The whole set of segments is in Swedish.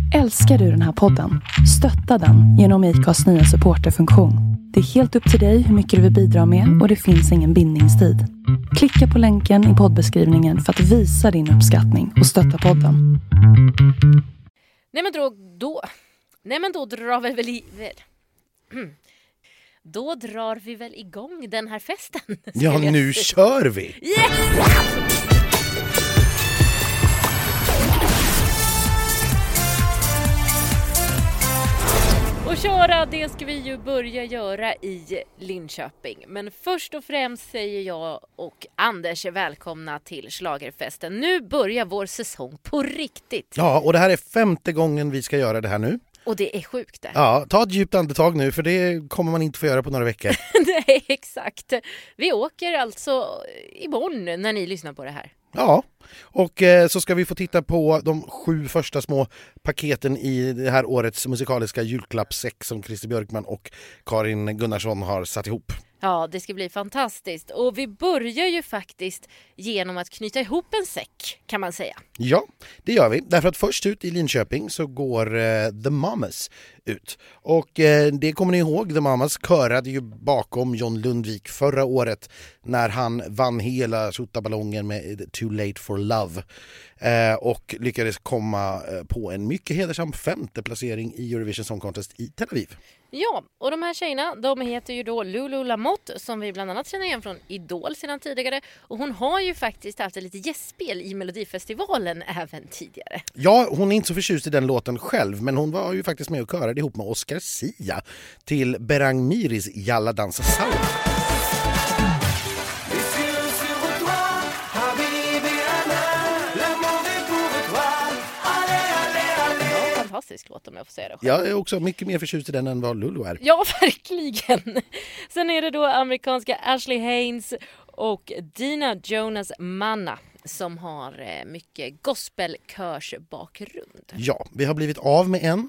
Älskar du den här podden? Stötta den genom IKAs nya supporterfunktion. Det är helt upp till dig hur mycket du vill bidra med och det finns ingen bindningstid. Klicka på länken i poddbeskrivningen för att visa din uppskattning och stötta podden. Nej men då drar vi väl Då drar vi väl igång den här festen. Ja, nu kör vi! Yes! Och köra, det ska vi ju börja göra i Linköping. Men först och främst säger jag och Anders välkomna till Schlagerfesten. Nu börjar vår säsong på riktigt. Ja, och det här är 5:e gången vi ska göra det här nu. Och det är sjukt det. Ja, ta ett djupt andetag nu för det kommer man inte få göra på några veckor. Nej, exakt. Vi åker alltså imorgon när ni lyssnar på det här. Ja, och så ska vi få titta på de 7 första små paketen i det här årets musikaliska julklappssäck som Christer Björkman och Karin Gunnarsson har satt ihop. Ja, det ska bli fantastiskt. Och vi börjar ju faktiskt genom att knyta ihop en säck, kan man säga. Ja, det gör vi. Därför att först ut i Linköping så går The Mamas ut. Och det kommer ni ihåg, The Mamas körade ju bakom John Lundvik förra året när han vann hela tjottaballongen med Too Late for Love. Och lyckades komma på en mycket hedersam 5:e placering i Eurovision Song Contest i Tel Aviv. Ja, och de här tjejerna, de heter ju då Lulu Lamotte som vi bland annat känner igen från Idol sedan tidigare. Och hon har ju faktiskt haft ett litet gästspel i Melodifestivalen även tidigare. Ja, hon är inte så förtjust i den låten själv, men hon var ju faktiskt med och körade ihop med Oscar Sia till Berang Miris Jalla Dansa Saura. Fantastisk låt om jag får säga det själv. Jag är också mycket mer förtjust i den än vad Lulu är. Ja, verkligen. Sen är det då amerikanska Ashley Haynes och Dina Jonas Manna som har mycket gospelkörsbakgrund. Ja, vi har blivit av med en.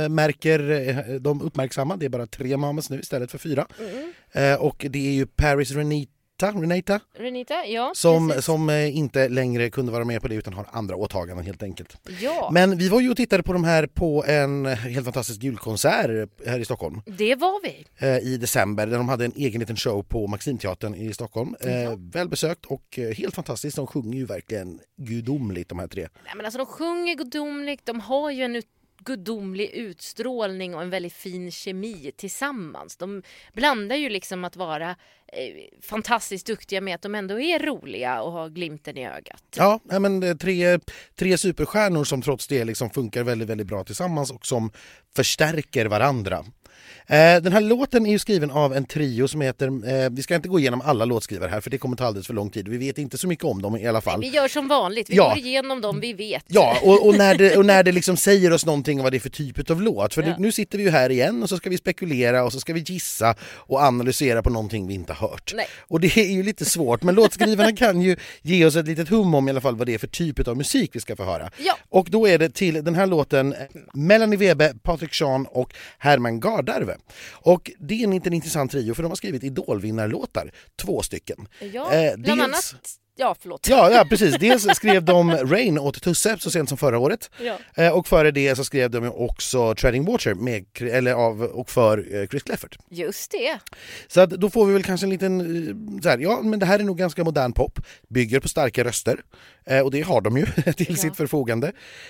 Märker de uppmärksamma. Det är bara 3 mamas nu istället för 4. Och det är ju Paris Renata, ja, som inte längre kunde vara med på det utan har andra åtaganden helt enkelt. Ja. Men vi var ju och tittade på de här på en helt fantastisk julkonsert här i Stockholm. Det var vi. I december där de hade en egen liten show på Maximteatern i Stockholm. Välbesökt och helt fantastiskt. De sjunger ju verkligen gudomligt de här 3. Nej, men alltså de sjunger gudomligt, de har ju en gudomlig utstrålning och en väldigt fin kemi tillsammans. De blandar ju liksom att vara fantastiskt duktiga med att de ändå är roliga och har glimten i ögat. Ja, men 3 superstjärnor som trots det liksom funkar väldigt, väldigt bra tillsammans och som förstärker varandra. Den här låten är ju skriven av en trio som heter, vi ska inte gå igenom alla låtskrivare här för det kommer ta alldeles för lång tid. Vi vet inte så mycket om dem i alla fall. Nej, vi gör som vanligt, vi går igenom dem vi vet. Ja, och när det liksom säger oss någonting om vad det är för typ av låt. För nu sitter vi ju här igen och så ska vi spekulera och så ska vi gissa och analysera på någonting vi inte har hört. Nej. Och det är ju lite svårt, men låtskrivarna kan ju ge oss ett litet hum om i alla fall vad det är för typ av musik vi ska få höra. Ja. Och då är det till den här låten Melanie Webe, Patrik Sean och Herman Gardarve. Och det är en intressant trio för de har skrivit idolvinnarlåtar, 2 stycken. Ja, bland annat... Ja, förlåt. Ja, precis. Dels skrev de Rain åt Tusse så sent som förra året. Ja. Och före det så skrev de också Treading Water och för Chris Cleffert. Just det. Så att då får vi väl kanske en liten så här, men det här är nog ganska modern pop. Bygger på starka röster. Och det har de ju till sitt förfogande.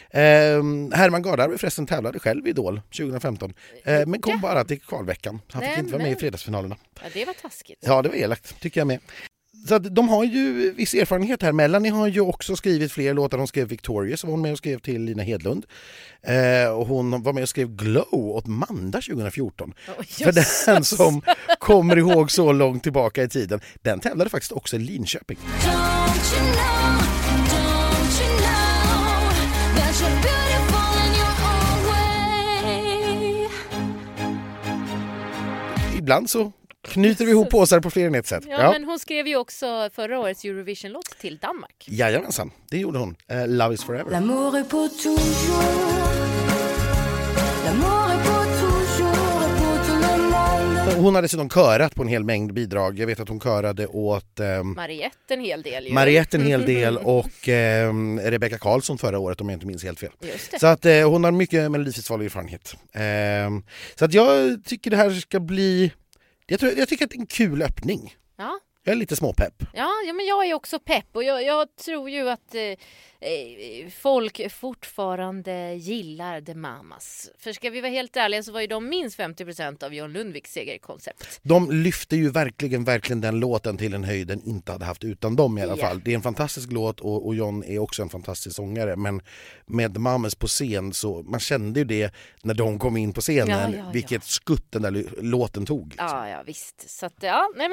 Herman Gardarve förresten tävlade själv i Idol 2015. Men kom bara till kvalveckan. Han fick inte vara med i fredagsfinalerna. Ja, det var taskigt. Ja, det var elakt, tycker jag med. Så att de har ju viss erfarenhet här. Melanie har ju också skrivit fler låtar. Hon skrev Victoria som hon med och skrev till Lina Hedlund. Och hon var med och skrev Glow åt Manda 2014. För den som kommer ihåg så långt tillbaka i tiden. Den tävlade faktiskt också i Linköping. Ibland så knyter vi ihop påsar på fler än ett sätt. Ja, men hon skrev ju också förra årets Eurovision-låt till Danmark. Jajamensan, det gjorde hon. Love is forever. L'amour est pour toujours. L'amour est pour toujours, pour tout le monde. hon har dessutom körat på en hel mängd bidrag. Jag vet att hon körade åt Mariette en hel del. Mariette en hel del och Rebecca Karlsson förra året om jag inte minns helt fel. Just det. Så att hon har mycket Melodifestivalerfarenhet. Så att jag tycker det här ska bli... Jag tycker att det är en kul öppning. Ja. Jag är lite småpepp. Ja, men jag är också pepp och jag tror ju att folk fortfarande gillar The Mamas. För ska vi vara helt ärliga så var ju de minst 50% av John Lundviks segerkoncept. De lyfter ju verkligen den låten till en höjd den inte hade haft utan dem i alla fall. Det är en fantastisk låt och John är också en fantastisk sångare. Men med The Mamas på scen så man kände ju det när de kom in på scenen. Vilket skutt den där låten tog. Liksom. Ja, visst. Så att,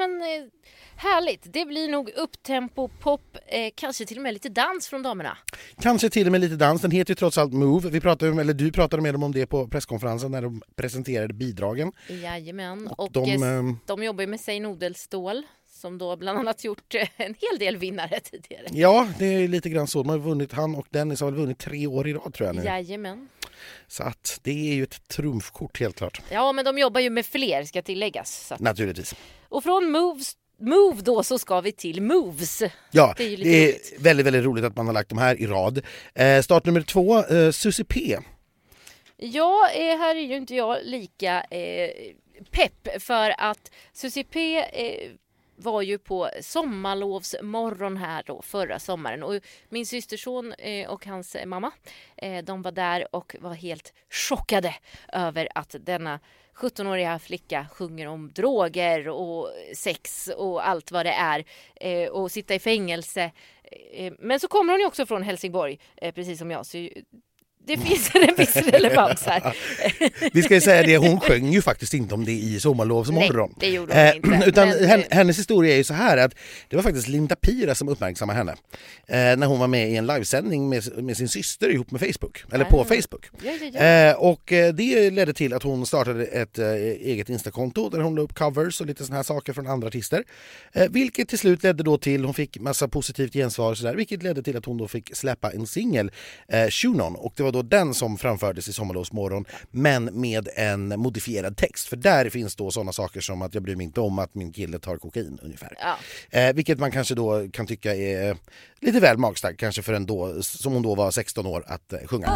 härligt. Det blir nog upptempo, pop, kanske till och med lite dans från damerna. Kanske till och med lite dans. Den heter ju trots allt Move. Du pratade med dem om det på presskonferensen när de presenterade bidragen. Jajamän. Och de jobbar ju med Sei Nodelstål som då bland annat gjort en hel del vinnare tidigare. Ja, det är lite grann så. De har vunnit, han och Dennis har väl vunnit 3 år i rad tror jag nu. Jajamän. Så att det är ju ett trumfkort helt klart. Ja, men de jobbar ju med fler ska tilläggas. Så att... Naturligtvis. Och från Move då så ska vi till Moves. Ja, det är väldigt, väldigt roligt att man har lagt dem här i rad. Start nummer 2, Susie P. Ja, här är ju inte jag lika pepp för att Susie P var ju på sommarlovsmorgon här då förra sommaren och min systerson och hans mamma de var där och var helt chockade över att denna 17-åriga flicka sjunger om droger och sex och allt vad det är och sitta i fängelse. Men så kommer hon ju också från Helsingborg, precis som jag, så det finns en viss relevans här. Vi ska ju säga det, hon sjöng ju faktiskt inte om det i sommarlovsmorgon. Nej, det gjorde hon inte. Utan hennes historia är ju så här att det var faktiskt Linda Pira som uppmärksammade henne när hon var med i en livesändning med sin syster ihop med Facebook, eller på Facebook. Ja. Och det ledde till att hon startade ett eget Instakonto där hon la upp covers och lite såna här saker från andra artister. Vilket till slut ledde då till, hon fick massa positivt gensvar så där, vilket ledde till att hon då fick släppa en singel, Shunon, och det var då den som framfördes i sommarlovsmorgon men med en modifierad text. För där finns då sådana saker som att jag bryr mig inte om att min kille tar kokain ungefär. Ja. Vilket man kanske då kan tycka är lite väl magstarkt kanske för en då, som hon då var 16 år att sjunga.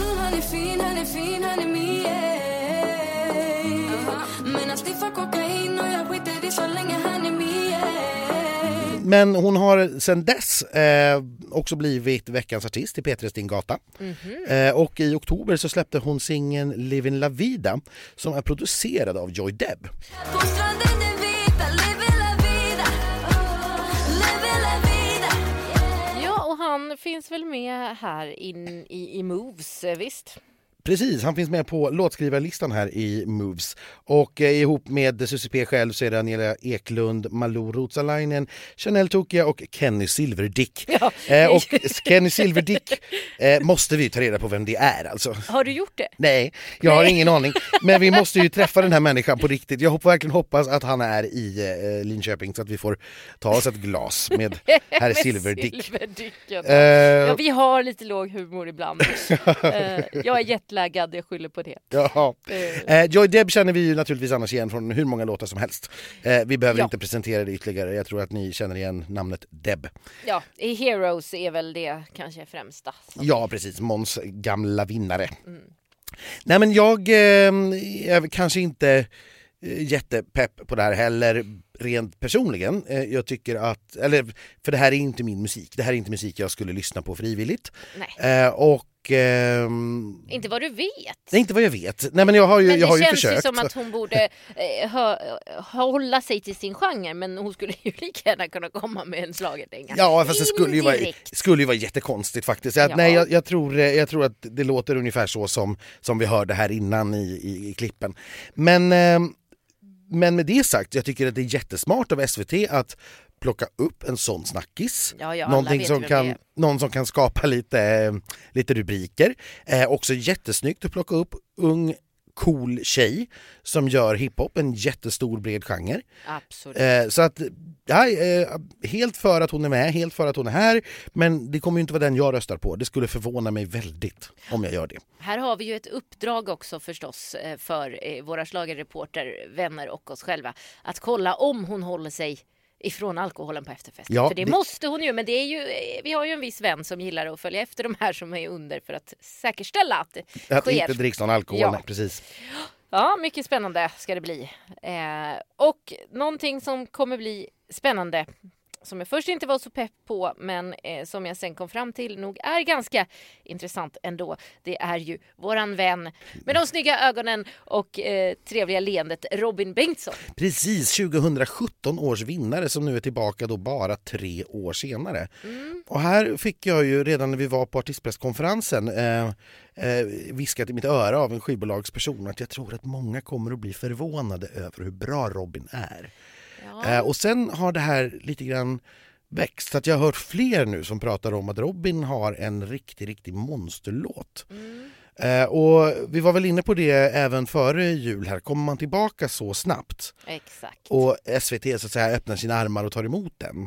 Men hon har sedan dess också blivit veckans artist i P3 Stingata. Och i oktober så släppte hon singeln Livin' La Vida som är producerad av Joy Deb. Ja, och han finns väl med här i Moves, visst? Precis, han finns med på låtskrivarlistan här i Moves. Och ihop med Susie P själv så är det Angela Eklund, Malou Ruotsalainen, Chanel Tokia och Kenny Silverdick. Ja. Och Kenny Silverdick måste vi ta reda på vem det är alltså. Har du gjort det? Nej, jag har ingen aning. Men vi måste ju träffa den här människan på riktigt. Jag verkligen hoppas att han är i Linköping så att vi får ta oss ett glas med herr Silverdick. Ja, vi har lite låg humor ibland. Jag är jättelaggad, jag skyller på det. Ja. Joy Deb känner vi ju naturligtvis annars igen från hur många låtar som helst. Vi behöver inte presentera det ytterligare. Jag tror att ni känner igen namnet Deb. Ja, i Heroes är väl det kanske främsta. Ja, precis. Måns gamla vinnare. Nej, men jag är kanske inte jättepepp på det här heller rent personligen. Jag tycker att, för det här är inte min musik. Det här är inte musik jag skulle lyssna på frivilligt. Nej. Och inte vad du vet. Nej, inte vad jag vet. Nej, men jag har ju försökt. Men det känns ju som att hon borde hålla sig till sin genre, men hon skulle ju lika gärna kunna komma med en slagerdänga. Ja, fast det skulle ju vara jättekonstigt faktiskt. Ja. Nej, jag tror att det låter ungefär så som vi hörde här innan i klippen. Men med det sagt, jag tycker att det är jättesmart av SVT att plocka upp en sån snackis. Någon som kan skapa lite rubriker. Också jättesnyggt att plocka upp ung cool tjej som gör hiphop, en jättestor bred genre. Absolut. Så att helt för att hon är med, helt för att hon är här, men det kommer ju inte vara den jag röstar på. Det skulle förvåna mig väldigt om jag gör det. Här har vi ju ett uppdrag också förstås för våra schlagerreporter, vänner och oss själva att kolla om hon håller sig ifrån alkoholen på efterfesten. Ja, för det måste hon ju, men det är ju, vi har ju en viss vän som gillar att följa efter de här som är under för att säkerställa att det sker. Inte dricks någon alkohol, Ja. nej, precis. Ja, mycket spännande ska det bli. Och någonting som kommer bli spännande, som jag först inte var så pepp på, men som jag sen kom fram till nog är ganska intressant ändå. Det är ju våran vän med de snygga ögonen och trevliga leendet, Robin Bengtsson. Precis, 2017 års vinnare som nu är tillbaka då bara 3 år senare. Och här fick jag ju redan när vi var på artistpresskonferensen viskat i mitt öra av en skivbolagsperson att jag tror att många kommer att bli förvånade över hur bra Robin är. Ja. Och sen har det här lite grann växt. Så att jag har hört fler nu som pratar om att Robin har en riktig monsterlåt. Och vi var väl inne på det även före jul här. Kommer man tillbaka så snabbt Exakt. och SVT så att säga öppnar sina armar och tar emot den,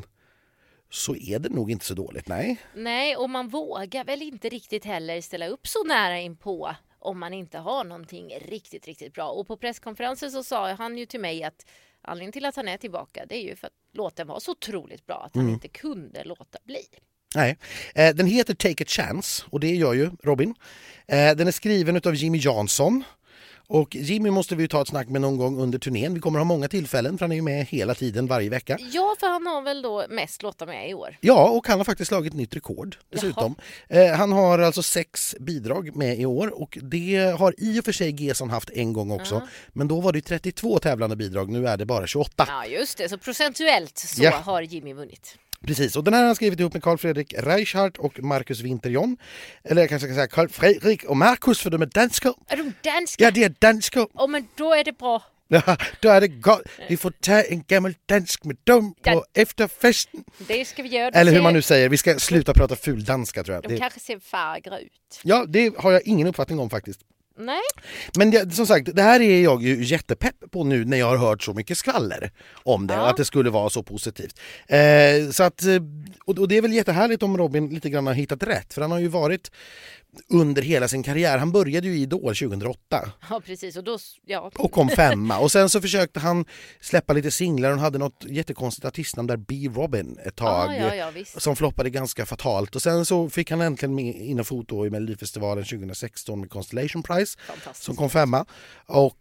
så är det nog inte så dåligt, nej. Nej, och man vågar väl inte riktigt heller ställa upp så nära inpå om man inte har någonting riktigt bra. Och på presskonferensen så sa han ju till mig att anledningen till att han är tillbaka, det är ju för att låten var så otroligt bra att han inte kunde låta bli. Nej. Den heter Take a Chance och det gör ju Robin. Den är skriven av Jimmy Jansson. Och Jimmy måste vi ju ta ett snack med någon gång under turnén. Vi kommer ha många tillfällen för han är ju med hela tiden, varje vecka. Ja, för han har väl då mest låtar med i år. Ja, och han har faktiskt slagit nytt rekord dessutom. Han har alltså 6 bidrag med i år och det har i och för sig Gesson haft en gång också. Men då var det 32 tävlande bidrag, nu är det bara 28. Ja, just det. Så procentuellt så har Jimmy vunnit. Precis, och den här har han skrivit ihop med Carl Fredrik Reichhardt och Marcus Winterjon. Eller jag kanske ska säga Carl Fredrik och Marcus, för de är danskar. Är de danska? Ja, det är danskar. Åh, men då är det bra. Ja, då är det gott. Vi får ta en gammal dansk med dem på efterfesten. Det ska vi göra. Eller hur man nu säger, vi ska sluta prata ful danska tror jag. De kanske ser fagra ut. Ja, det har jag ingen uppfattning om faktiskt. Nej. Men som sagt, det här är jag ju jättepepp på nu när jag har hört så mycket skvaller om det och att det skulle vara så positivt. Så att, och det är väl jättehärligt om Robin lite grann har hittat rätt, för han har ju varit under hela sin karriär. Han började ju i Idol 2008. Ja, precis. Och då, och kom 5. Och sen så försökte han släppa lite singlar. Han hade något jättekonstigt artistnamn där, B. Robin, ett tag. Som floppade ganska fatalt. Och sen så fick han äntligen med in och foto i Melodifestivalen 2016 med Constellation Prize. Som kom 5. Och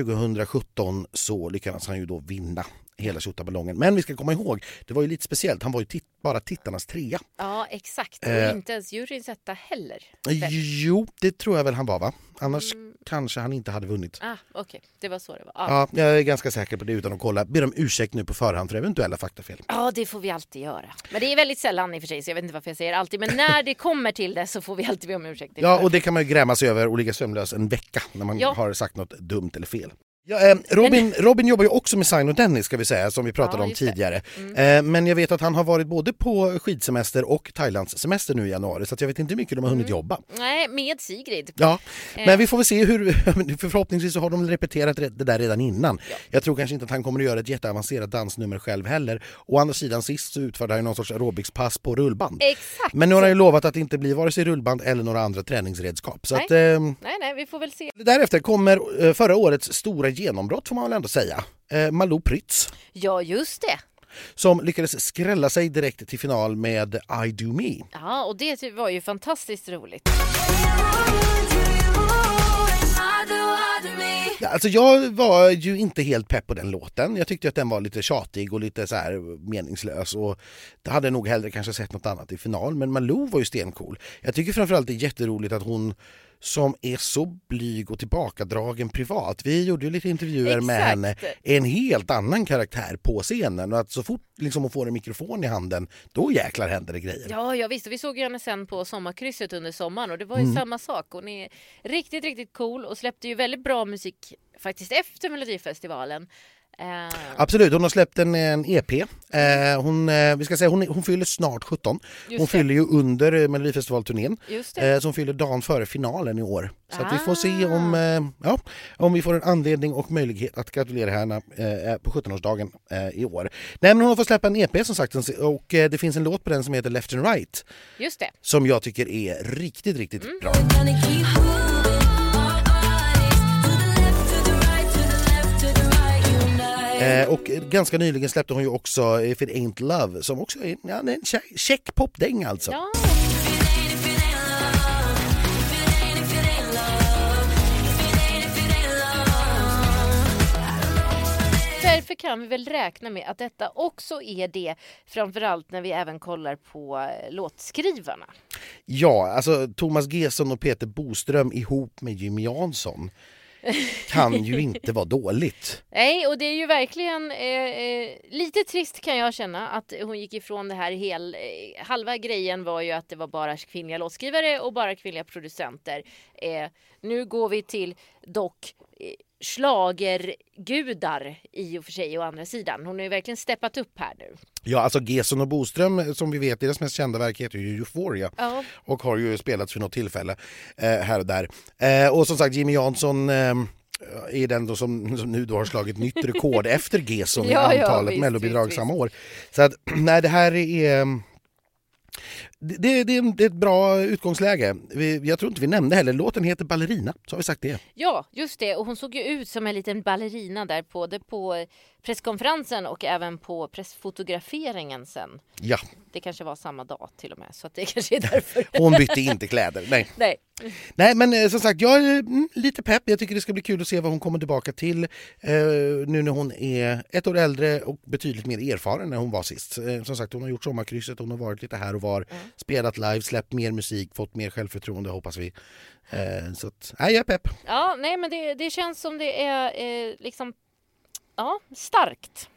2017 så lyckades han ju då vinna hela tjottaballongen. Men vi ska komma ihåg, det var ju lite speciellt. Han var ju bara tittarnas 3. Ja, exakt. Och inte ens juryns etta heller. Jo, det tror jag väl han var, va? Annars kanske han inte hade vunnit. Okej. Det var så det var. Ja, jag är ganska säker på det utan att kolla. Ber om ursäkt nu på förhand för eventuella faktafel. Ja, det får vi alltid göra. Men det är väldigt sällan i och för sig, så jag vet inte varför jag säger alltid. Men när det kommer till det så får vi alltid be om ursäkt. Ja, och det kan man ju gräma sig över och ligga sömnlös en vecka när man har sagt något dumt eller fel. Ja, Robin jobbar ju också med Sign och Dennis, ska vi säga, som vi pratade om tidigare. Men jag vet att han har varit både på skidsemester och Thailands semester nu i januari, så att jag vet inte hur mycket de har hunnit jobba. Nej, med Sigrid. Ja, men vi får väl se förhoppningsvis så har de repeterat det där redan innan. Ja. Jag tror kanske inte att han kommer att göra ett jätteavancerat dansnummer själv heller. Å andra sidan sist så utförde han någon sorts aerobicspass på rullband. Exakt. Men nu har han ju lovat att det inte blir vare sig rullband eller några andra träningsredskap. Så nej, vi får väl se. Därefter kommer förra årets stora genombrott, får man väl ändå säga. Malou Prytz. Ja, just det. Som lyckades skrälla sig direkt till final med I Do Me. Ja, och det var ju fantastiskt roligt. Ja, alltså jag var ju inte helt pepp på den låten. Jag tyckte att den var lite tjatig och lite så här meningslös. Och det hade nog hellre kanske sett något annat i final. Men Malou var ju stencool. Jag tycker framförallt det är jätteroligt att hon som är så blyg och tillbakadragen privat. Vi gjorde ju lite intervjuer med henne. En helt annan karaktär på scenen. Och att så fort liksom hon får en mikrofon i handen, då jäklar händer det grejer. Ja, visst. Vi såg henne sen på sommarkrysset under sommaren och det var ju samma sak. Hon är riktigt cool och släppte ju väldigt bra musik faktiskt efter Melodifestivalen. Absolut, hon har släppt en EP. Hon fyller snart 17. Hon fyller ju under Melodifestivalturnén. Så hon fyller dagen före finalen i år. Så att vi får se om vi får en anledning och möjlighet att gratulera henne på 17-årsdagen i år. Nej, men hon får släppa en EP som sagt, och det finns en låt på den som heter Left and Right. Just det. Som jag tycker är riktigt, riktigt bra. Och ganska nyligen släppte hon ju också If It Ain't Love, som också är en check popdäng alltså. Ja. Därför kan vi väl räkna med att detta också är det, framförallt när vi även kollar på låtskrivarna. Ja, alltså Thomas Gesson och Peter Boström ihop med Jimmy Jansson kan ju inte vara dåligt. Nej, och det är ju verkligen lite trist kan jag känna att hon gick ifrån det här halva grejen var ju att det var bara kvinnliga låtskrivare och bara kvinnliga producenter. Nu går vi till dock schlagergudar i och för sig å andra sidan. Hon har ju verkligen steppat upp här nu. Ja, alltså Gesson och Boström, som vi vet, deras mest kända verk heter ju Euphoria. Ja. Och har ju spelats för något tillfälle här och där. Och som sagt, Jimmy Jansson är den då som nu då har slagit nytt rekord efter Gesson i antalet mellobidrag samma år. Så att, nej, det här är... Det är ett bra utgångsläge. Jag tror inte vi nämnde heller. Låten heter Ballerina, så har vi sagt det. Ja, just det. Och hon såg ju ut som en liten ballerina där både på presskonferensen och även på pressfotograferingen sen. Ja. Det kanske var samma dag till och med, så att det kanske är därför. Hon bytte inte kläder, nej. Nej, men som sagt, jag är lite pepp. Jag tycker det ska bli kul att se vad hon kommer tillbaka till nu när hon är ett år äldre och betydligt mer erfaren än hon var sist. Som sagt, hon har gjort sommarkrysset, hon har varit lite här och var, spelat live, släppt mer musik, fått mer självförtroende, hoppas vi. Så att, jag är pepp. Ja, nej, men det känns som det är liksom, ja, starkt.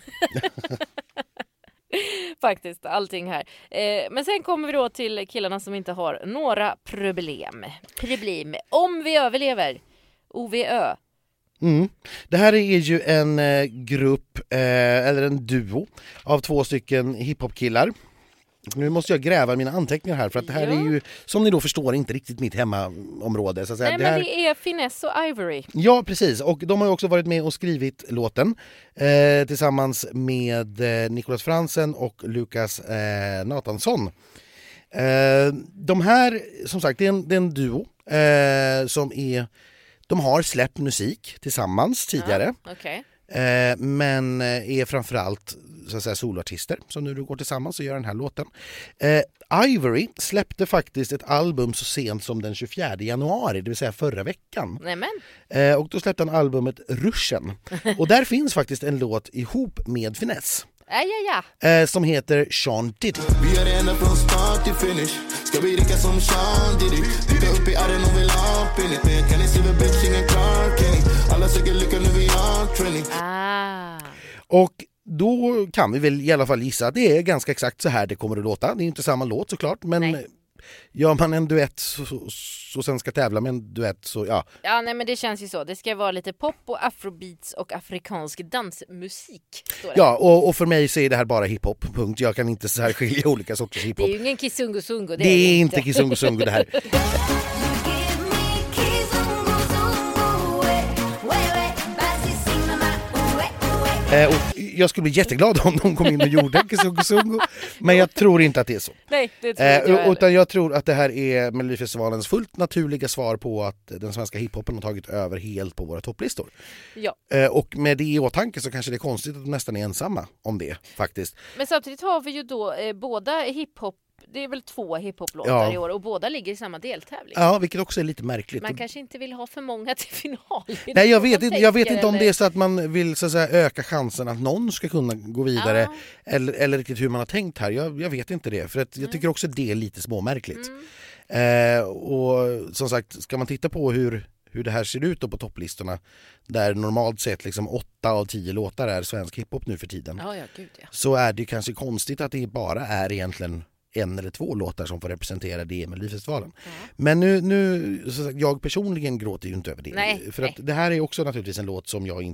Faktiskt, allting här. Men sen kommer vi då till killarna som inte har några problem. Om vi överlever. OVÖ. Det här är ju en grupp, eller en duo av 2 stycken hiphop-killar. Nu måste jag gräva mina anteckningar här, för att det här är ju, som ni då förstår, inte riktigt mitt hemmaområde. Så att säga. Nej, men det är Finesse och Ivory. Ja, precis. Och de har ju också varit med och skrivit låten tillsammans med Nicolas Franzen och Lukas Nathansson. De här, som sagt, det är en duo som är... De har släppt musik tillsammans tidigare. Ja, okay. Men är framförallt så att säga soloartister som nu går tillsammans och gör den här låten. Ivory släppte faktiskt ett album så sent som den 24 januari, det vill säga förra veckan. Nämen. Och då släppte han albumet Ruschen. Och där finns faktiskt en låt ihop med Finesse. Som heter Sean Diddy. Vi är ända från start till finish. Ska vi rika som Sean Diddy? Dyka upp i arren och vill ha pinit. Men jag kan inte se vad bitch, ingen Clark Kenny. Alla söker lycka, nu vi har training. Och då kan vi väl i alla fall gissa att det är ganska exakt så här det kommer att låta. Det är inte samma låt såklart, men gör man en duett så sen ska tävla med en duett så ja. Ja, nej, men det känns ju så. Det ska vara lite pop och afrobeats och afrikansk dansmusik. Ja, och för mig så är det här bara hiphop, punkt. Jag kan inte så här skilja olika sorters hiphop. Det är ju ingen kizungu-sungu. Det är inte kizungu-sungu det här. Och jag skulle bli jätteglad om de kom in och gjorde kizungu, men jag tror inte att det är så. Nej, det tror jag inte. Utan jag tror att det här är Melodifestivalens fullt naturliga svar på att den svenska hiphopen har tagit över helt på våra topplistor. Ja. Och med det i åtanke så kanske det är konstigt att de nästan är ensamma om det faktiskt. Men samtidigt har vi ju då båda hiphop. Det är väl 2 hiphoplåtar i år och båda ligger i samma deltävling. Ja, vilket också är lite märkligt. Man kanske inte vill ha för många till final. Nej, jag vet inte om det är så att man vill så att säga, öka chansen att någon ska kunna gå vidare eller riktigt hur man har tänkt här. Jag vet inte det, för att jag tycker också det är lite småmärkligt. Och som sagt, ska man titta på hur det här ser ut då på topplistorna, där normalt sett liksom 8 av 10 låtar är svensk hiphop nu för tiden. Så är det kanske konstigt att det bara är egentligen 1 eller 2 låtar som får representera det i Melodifestivalen. Men nu så jag personligen gråter ju inte över det. Nej, för att det här är också naturligtvis en låt som jag inte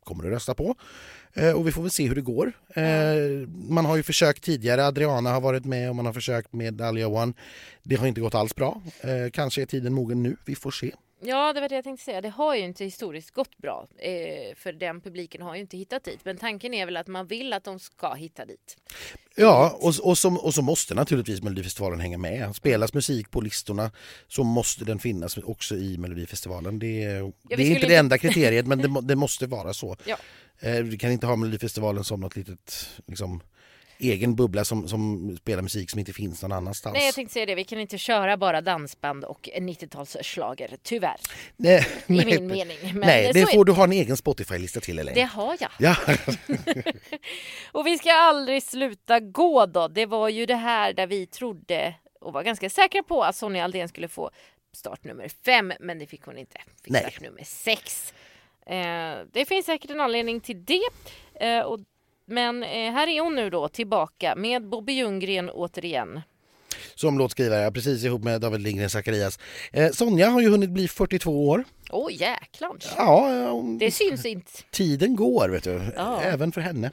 kommer att rösta på. Och vi får väl se hur det går. Man har ju försökt tidigare, Adriana har varit med och man har försökt med Dahlia One. Det har inte gått alls bra. Kanske är tiden mogen nu, vi får se. Ja, det var det jag tänkte säga. Det har ju inte historiskt gått bra. För den publiken har ju inte hittat dit. Men tanken är väl att man vill att de ska hitta dit. Ja, och så måste naturligtvis Melodifestivalen hänga med. Spelas musik på listorna så måste den finnas också i Melodifestivalen. Det är inte det enda kriteriet, men det måste vara så. Ja. Du kan inte ha Melodifestivalen som något litet egen bubbla som spelar musik som inte finns någon annanstans. Nej, jag tänkte säga det. Vi kan inte köra bara dansband och 90-talsschlager, tyvärr. Nej, I min mening. Men nej, det får du ha en egen Spotify-lista till, eller? Det har jag. Ja. Och vi ska aldrig sluta gå då. Det var ju det här där vi trodde och var ganska säkra på att Sonja Aldén skulle få startnummer 5, men det fick hon inte. Fick startnummer 6. Det finns säkert en anledning till det. Men här är hon nu då tillbaka med Bobby Ljunggren återigen. Som låtskrivare, precis ihop med David Lindgren Zacharias. Sonja har ju hunnit bli 42 år. Jäklar. Ja, det syns inte. Tiden går, vet du. Ja. Även för henne.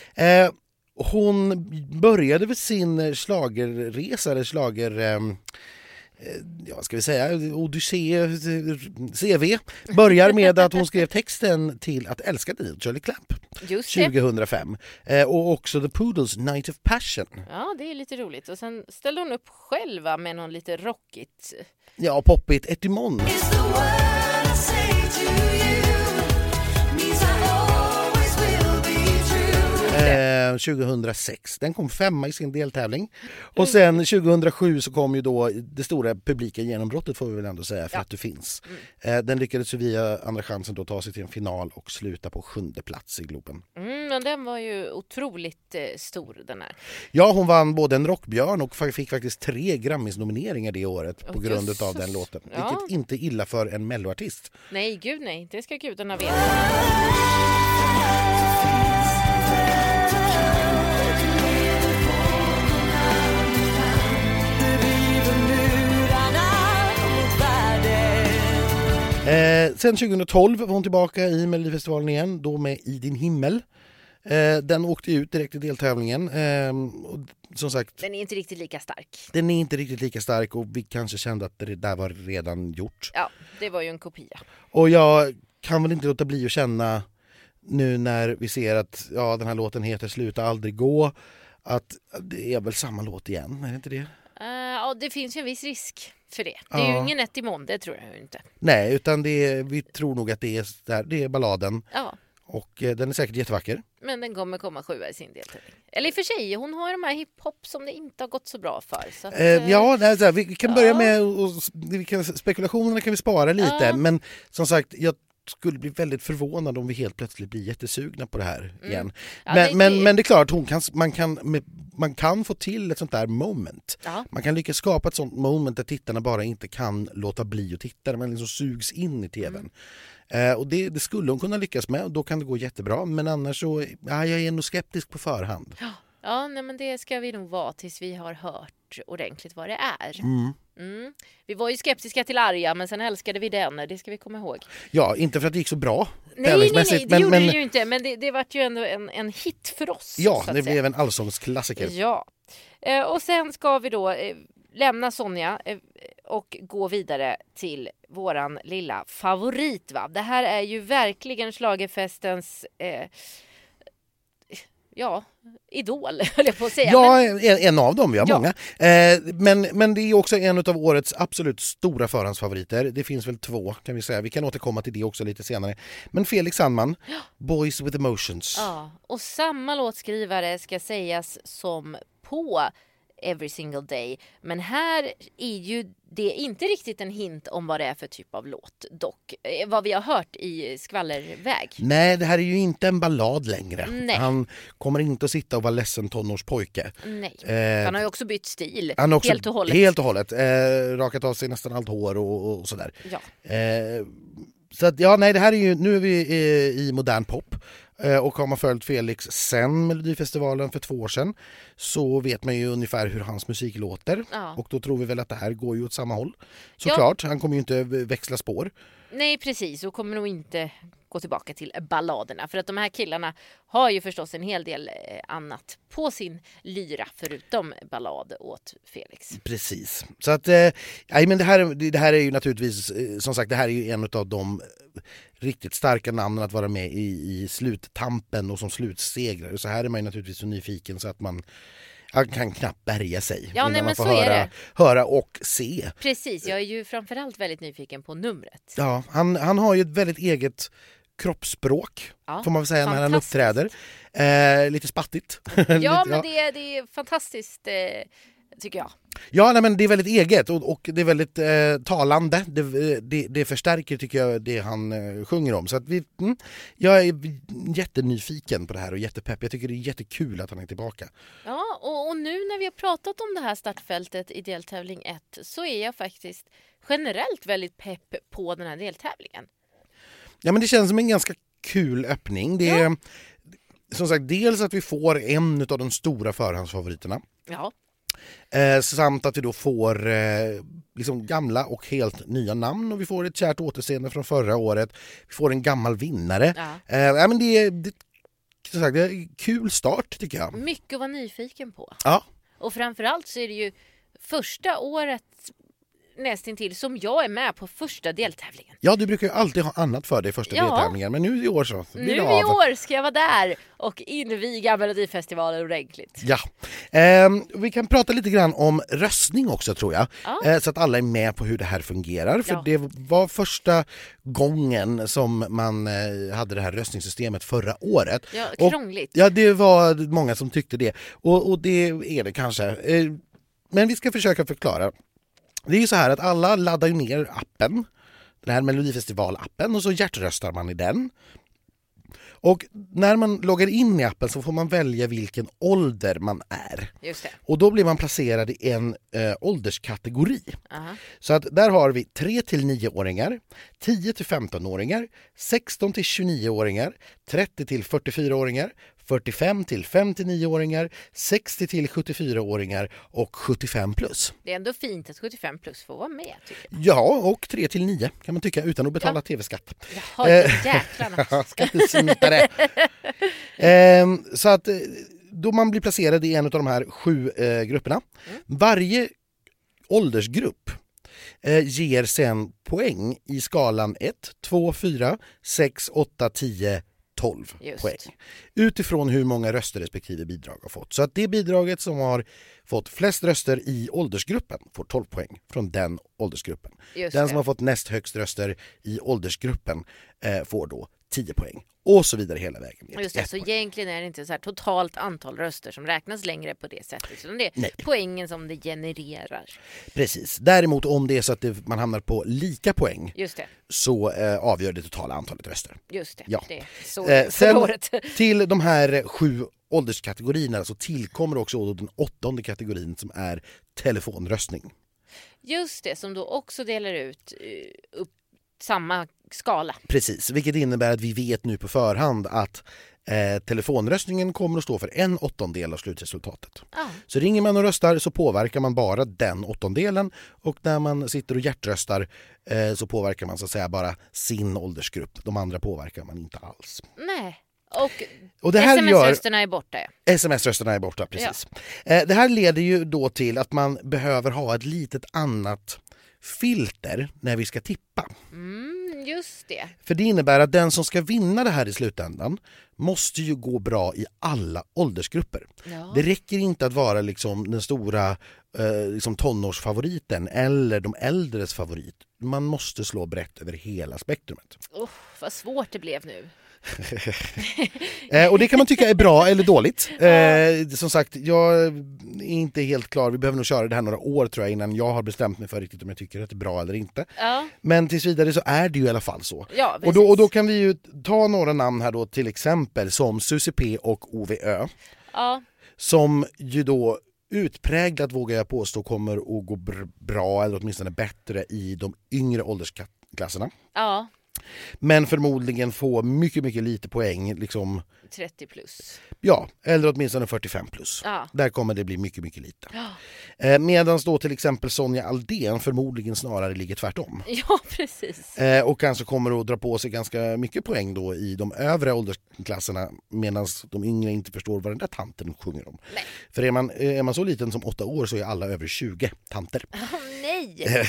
Hon började med sin schlagerresa, eller vad ska vi säga, Odyssé CV börjar med att hon skrev texten till Att älska dig, Shirley Clamp. Just det. 2005. Och också The Poodles Night of Passion. Ja, det är lite roligt. Och sen ställde hon upp själva med någon lite rockigt. Ja, poppigt Etimon. 2006. Den kom 5 i sin deltävling. Och sen 2007 så kom ju då det stora publika genombrottet, får vi väl ändå säga, för att du finns. Den lyckades ju via Andra chansen då ta sig till en final och sluta på 7:e plats i Globen. Men den var ju otroligt stor, den här. Ja, hon vann både en rockbjörn och fick faktiskt 3 Grammis-nomineringar det året på grund av den låten. Ja. Vilket inte är illa för en melloartist. Nej, gud nej. Det ska gudarna veta. Sen 2012 var hon tillbaka i Melodifestivalen igen, då med I din himmel. Den åkte ut direkt i deltävlingen. Och som sagt, den är inte riktigt lika stark. Den är inte riktigt lika stark och vi kanske kände att det där var redan gjort. Ja, det var ju en kopia. Och jag kan väl inte låta bli att känna nu när vi ser att den här låten heter Sluta aldrig gå, att det är väl samma låt igen, är det inte det? Ja, det finns ju en viss risk för det. Det är ju ingen Etimon, det tror jag ju inte. Nej, utan vi tror nog att det är balladen. Ja. Och den är säkert jättevacker. Men den kommer komma 7 i sin deltävling. Eller i och för sig, hon har de här hiphop som det inte har gått så bra för. Så att, vi kan börja med spekulationerna kan vi spara lite. Ja. Men som sagt, jag skulle bli väldigt förvånad om vi helt plötsligt blir jättesugna på det här igen. Ja, men det är klart, man kan få till ett sånt där moment. Ja. Man kan lyckas skapa ett sånt moment där tittarna bara inte kan låta bli att titta. Man liksom sugs in i tvn. Och det skulle hon kunna lyckas med, och då kan det gå jättebra. Men annars så jag är nog skeptisk på förhand. Ja, nej, men det ska vi nog vara tills vi har hört ordentligt vad det är. Vi var ju skeptiska till Arja, men sen älskade vi den. Det ska vi komma ihåg. Ja, inte för att det gick så bra. Nej, det gjorde det ju inte. Men det var ju ändå en hit för oss. Ja, det blev en allsångsklassiker. Ja, och sen ska vi då lämna Sonja och gå vidare till våran lilla favorit. Va? Det här är ju verkligen schlagerfestens idol, höll jag på att säga. Ja, en av dem, vi har många. Men det är också en av årets absolut stora förhandsfavoriter. Det finns väl 2, kan vi säga. Vi kan återkomma till det också lite senare. Men Felix Sandman, Boys with Emotions. Ja, och samma låtskrivare ska sägas som på Every Single Day. Men här är ju det inte riktigt en hint om vad det är för typ av låt, dock. Vad vi har hört i skvallerväg. Nej, det här är ju inte en ballad längre. Nej. Han kommer inte att sitta och vara ledsen tonårspojke. Nej, han har ju också bytt stil. Han också, helt och hållet. Helt och hållet. Rakat av sig nästan allt hår och sådär. Ja. Så att, det här är ju, nu är vi i modern pop. Och har man följt Felix sen Melodifestivalen för 2 år sedan så vet man ju ungefär hur hans musik låter. Ja. Och då tror vi väl att det här går ju åt samma håll. Såklart, han kommer ju inte växla spår. Nej, precis. Och kommer nog inte gå tillbaka till balladerna. För att de här killarna har ju förstås en hel del annat på sin lyra förutom ballad åt Felix. Precis. Så att, men det här är ju naturligtvis, som sagt, det här är ju en av de riktigt starka namnen att vara med i sluttampen och som slutsegrare. Så här är man ju naturligtvis så nyfiken så att man kan knappt bärga sig innan man får höra och se. Precis, jag är ju framförallt väldigt nyfiken på numret. Ja, han har ju ett väldigt eget kroppsspråk, får man väl säga, när han uppträder. Lite spattigt. Ja, men det är fantastiskt, tycker jag. Ja, nej, men det är väldigt eget och det är väldigt talande. Det förstärker, tycker jag, det han sjunger om. Så att jag är jättenyfiken på det här och jättepepp. Jag tycker det är jättekul att han är tillbaka. Ja, och nu när vi har pratat om det här startfältet i deltävling 1 så är jag faktiskt generellt väldigt pepp på den här deltävlingen. Ja, men det känns som en ganska kul öppning. Det är som sagt dels att vi får en av de stora förhandsfavoriterna. Ja. Samt att vi då får liksom gamla och helt nya namn och vi får ett kärt återseende från förra året. Vi får en gammal vinnare. Ja. Men det är en kul start, tycker jag. Mycket att vara nyfiken på. Ja. Och framförallt så är det ju första året nästintill som jag är med på första deltävlingen. Ja, du brukar ju alltid ha annat för dig i första deltävlingen, men nu i år så blir det av. Nu i år ska jag vara där och inviga Melodifestivalen ordentligt. Ja, vi kan prata lite grann om röstning också, tror jag. Ja. Så att alla är med på hur det här fungerar. För det var första gången som man hade det här röstningssystemet förra året. Ja, krångligt. Ja, det var många som tyckte det. Och det är det kanske. Men vi ska försöka förklara. Det är ju så här att alla laddar ner appen, den här Melodifestival-appen, och så hjärtröstar man i den. Och när man loggar in i appen så får man välja vilken ålder man är. Just det. Och då blir man placerad i en ålderskategori. Uh-huh. Så att där har vi 3-9-åringar, 10-15-åringar, 16-29-åringar, 30-44-åringar, 45-59-åringar, 60-74-åringar och 75+. Det är ändå fint att 75+ får vara med, tycker jag. Ja, och 3-9 kan man tycka, utan att betala tv-skatt. Jaha, jäklarna. Skattesmitare. Så att då man blir placerad i en av de här 7 grupperna. Varje åldersgrupp ger sen poäng i skalan 1, 2, 4, 6, 8, 10, 12 poäng. Utifrån hur många röster respektive bidrag har fått. Så att det bidraget som har fått flest röster i åldersgruppen får 12 poäng från den åldersgruppen. Den som har fått näst högst röster i åldersgruppen får då 10 poäng. Och så vidare hela vägen. Just det, så egentligen är det inte så här totalt antal röster som räknas längre på det sättet. Utan det är poängen som det genererar. Precis. Däremot om det är så att man hamnar på lika poäng, just det, så avgör det totala antalet röster. Just det, ja. Det är så sen året. Till de här 7 ålderskategorierna så tillkommer också den 8:e kategorin som är telefonröstning. Just det, som då också delar ut upp samma skala. Precis, vilket innebär att vi vet nu på förhand att telefonröstningen kommer att stå för 1/8 av slutresultatet. Så ringer man och röstar så påverkar man bara den 8:e, och när man sitter och hjärtröstar så påverkar man så att säga bara sin åldersgrupp. De andra påverkar man inte alls. Nej. Och det här sms-rösterna är borta. Sms-rösterna är borta, precis. Ja. Det här leder ju då till att man behöver ha ett litet annat filter när vi ska tippa. Just det. För det innebär att den som ska vinna det här i slutändan måste ju gå bra i alla åldersgrupper. Ja. Det räcker inte att vara liksom den stora liksom tonårsfavoriten eller de äldres favorit. Man måste slå brett över hela spektrumet. Vad svårt det blev nu. Och det kan man tycka är bra eller dåligt. Som sagt, jag är inte helt klar. Vi behöver nog köra det här några år, tror jag, innan jag har bestämt mig för riktigt om jag tycker att det är bra eller inte. Men tills vidare så är det ju i alla fall så. Och då kan vi ju ta några namn här då, till exempel som Susie P och OVÖ. Som ju då utpräglat, vågar jag påstå, kommer att gå bra eller åtminstone bättre i de yngre åldersklasserna. Men förmodligen få mycket, mycket lite poäng. Liksom, 30 plus. ja, eller åtminstone 45 plus. Ja. Där kommer det bli mycket, mycket lite. Ja. Medan då till exempel Sonja Aldén förmodligen snarare ligger tvärtom. Ja, precis. Och kanske kommer att dra på sig ganska mycket poäng då i de övre åldersklasserna medan de yngre inte förstår vad den där tanten sjunger om. Nej. För är man så liten som 8 år så är alla över 20 tanter. Nej!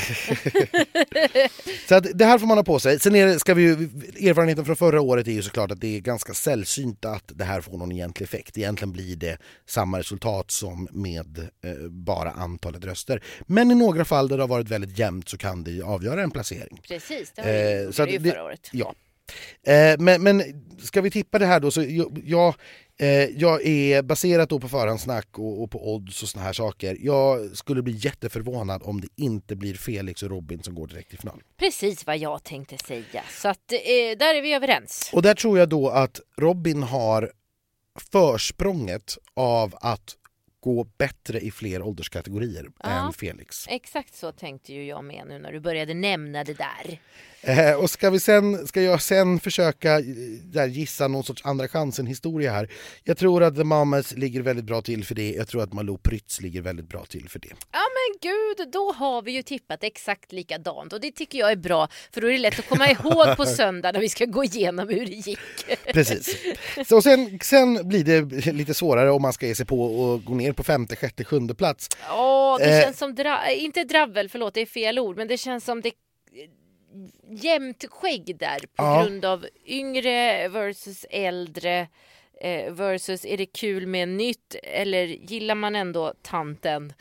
Så att det här får man ha på sig. Sen erfarenheten från förra året är ju såklart att det är ganska sällsynt att det här får någon egentlig effekt. Egentligen blir det samma resultat som med bara antalet röster. Men i några fall där det har varit väldigt jämnt så kan det avgöra en placering. Precis, det har vi gjort förra året. Ja. Men ska vi tippa det här då så jag är baserat då på förhandssnack och på odds och såna här saker. Jag skulle bli jätteförvånad om det inte blir Felix och Robin som går direkt till final. Precis vad jag tänkte säga. Så att där är vi överens. Och där tror jag då att Robin har försprånget av att gå bättre i fler ålderskategorier än Felix. Exakt så tänkte ju jag med nu när du började nämna det där. Och ska jag sen försöka gissa någon sorts andra chansen historia här. Jag tror att The Mamas ligger väldigt bra till för det. Jag tror att Malou Prytz ligger väldigt bra till för det. Ja men gud, då har vi ju tippat exakt likadant. Och det tycker jag är bra, för då är det lätt att komma ihåg på söndag när vi ska gå igenom hur det gick. Precis. Så sen blir det lite svårare om man ska ge sig på och gå ner på 5:e, 6:e, 7:e plats. Ja, det känns som inte dravel, förlåt det är fel ord, men det känns som det jämnt skägg där på grund av yngre versus äldre versus är det kul med nytt eller gillar man ändå tanten?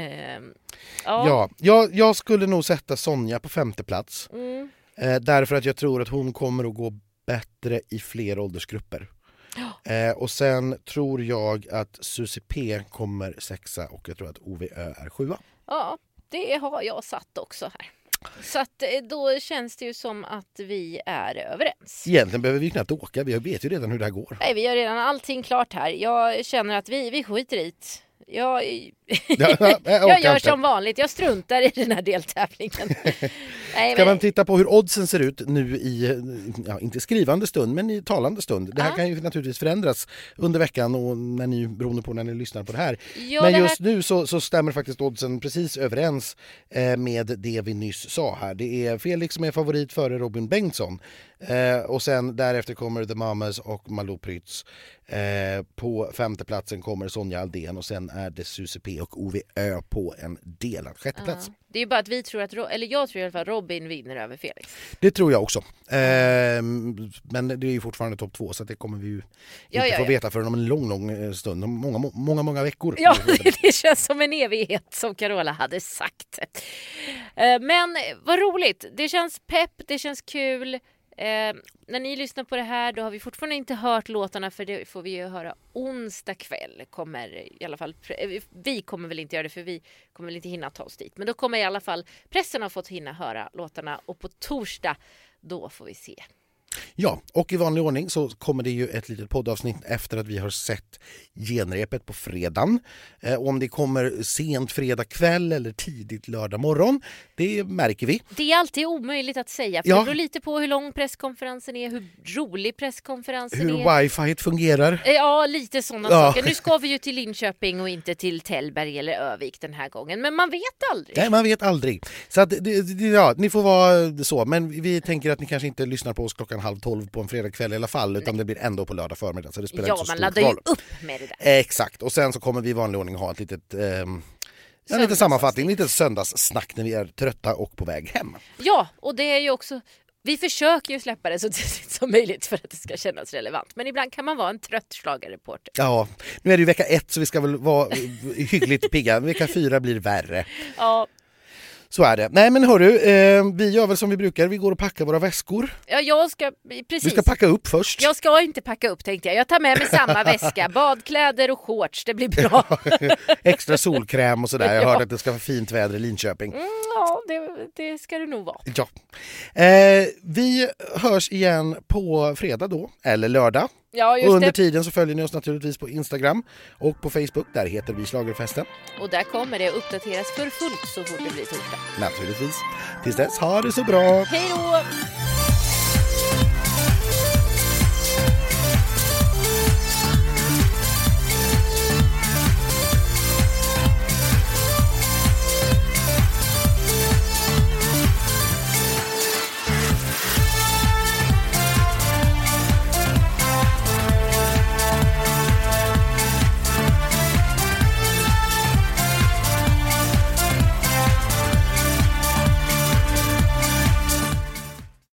Jag skulle nog sätta Sonja på 5:e plats. Därför att jag tror att hon kommer att gå bättre i fler åldersgrupper. Och sen tror jag att Susie P kommer 6:a och jag tror att OVÖ är 7:a. Ja, det har jag satt också här. Så att då känns det ju som att vi är överens. Egentligen behöver vi knappt åka, vi vet ju redan hur det här går. Nej, vi har redan allting klart här. Jag känner att vi skiter i det. Jag gör som vanligt, jag struntar i den här deltävlingen. Ska man titta på hur oddsen ser ut nu i, inte skrivande stund, men i talande stund. Det här kan ju naturligtvis förändras under veckan och beroende på när ni lyssnar på det här. Men just nu så stämmer faktiskt oddsen precis överens med det vi nyss sa här. Det är Felix som är favorit före Robin Bengtsson. Och sen därefter kommer The Mamas och Malou Prytz. På 5:e platsen kommer Sonja Aldén och sen är det Susie P och OVÖ på en delad 6:e plats. Det är ju bara att vi tror att, jag tror i alla fall Robin vinner över Felix. Det tror jag också. Men det är ju fortfarande topp 2 så det kommer vi ju inte få veta förrän om en lång stund. Många veckor. Ja, det känns som en evighet som Carola hade sagt. Men vad roligt. Det känns pepp, det känns kul. När ni lyssnar på det här då har vi fortfarande inte hört låtarna för det får vi ju höra onsdag kväll kommer i alla fall, vi kommer väl inte göra det för vi kommer väl inte hinna ta oss dit, men då kommer i alla fall pressen ha fått hinna höra låtarna och på torsdag då får vi se. Ja, och i vanlig ordning så kommer det ju ett litet poddavsnitt efter att vi har sett genrepet på fredagen. Och om det kommer sent fredag kväll eller tidigt lördag morgon, det märker vi. Det är alltid omöjligt att säga, för det beror lite på hur lång presskonferensen är, hur rolig presskonferensen är. Hur wifi fungerar. Ja, lite sådana saker. Nu ska vi ju till Linköping och inte till Tällberg eller Övik den här gången, men man vet aldrig. Nej, man vet aldrig. Så att, ni får vara så, men vi tänker att ni kanske inte lyssnar på oss 11:30 på en fredagkväll i alla fall, utan det blir ändå på lördag förmiddag, så det spelar inte så stor roll. Ja, man laddar ju upp med det där. Exakt, och sen så kommer vi i vanlig ordning ha ett litet lite sammanfattning, lite söndagssnack när vi är trötta och på väg hem. Ja, och det är ju också, vi försöker ju släppa det så tidigt som möjligt för att det ska kännas relevant, men ibland kan man vara en trött schlagerreporter. Ja, nu är det ju vecka 1 så vi ska väl vara hyggligt pigga, vecka 4 blir värre. Ja. Så är det. Nej men hörru, vi gör väl som vi brukar. Vi går och packar våra väskor. Ja, precis. Vi ska packa upp först. Jag ska inte packa upp tänkte jag. Jag tar med mig samma väska. Badkläder och shorts, det blir bra. Extra solkräm och sådär. Jag hörde att det ska vara fint väder i Linköping. Ja, det ska det nog vara. Ja. Vi hörs igen på fredag då, eller lördag. Ja, just under tiden så följer ni oss naturligtvis på Instagram och på Facebook, där heter vi Schlagerfesten. Och där kommer det uppdateras för fullt så fort det blir torsdag. Naturligtvis. Tills dess, ha det så bra. Hej då!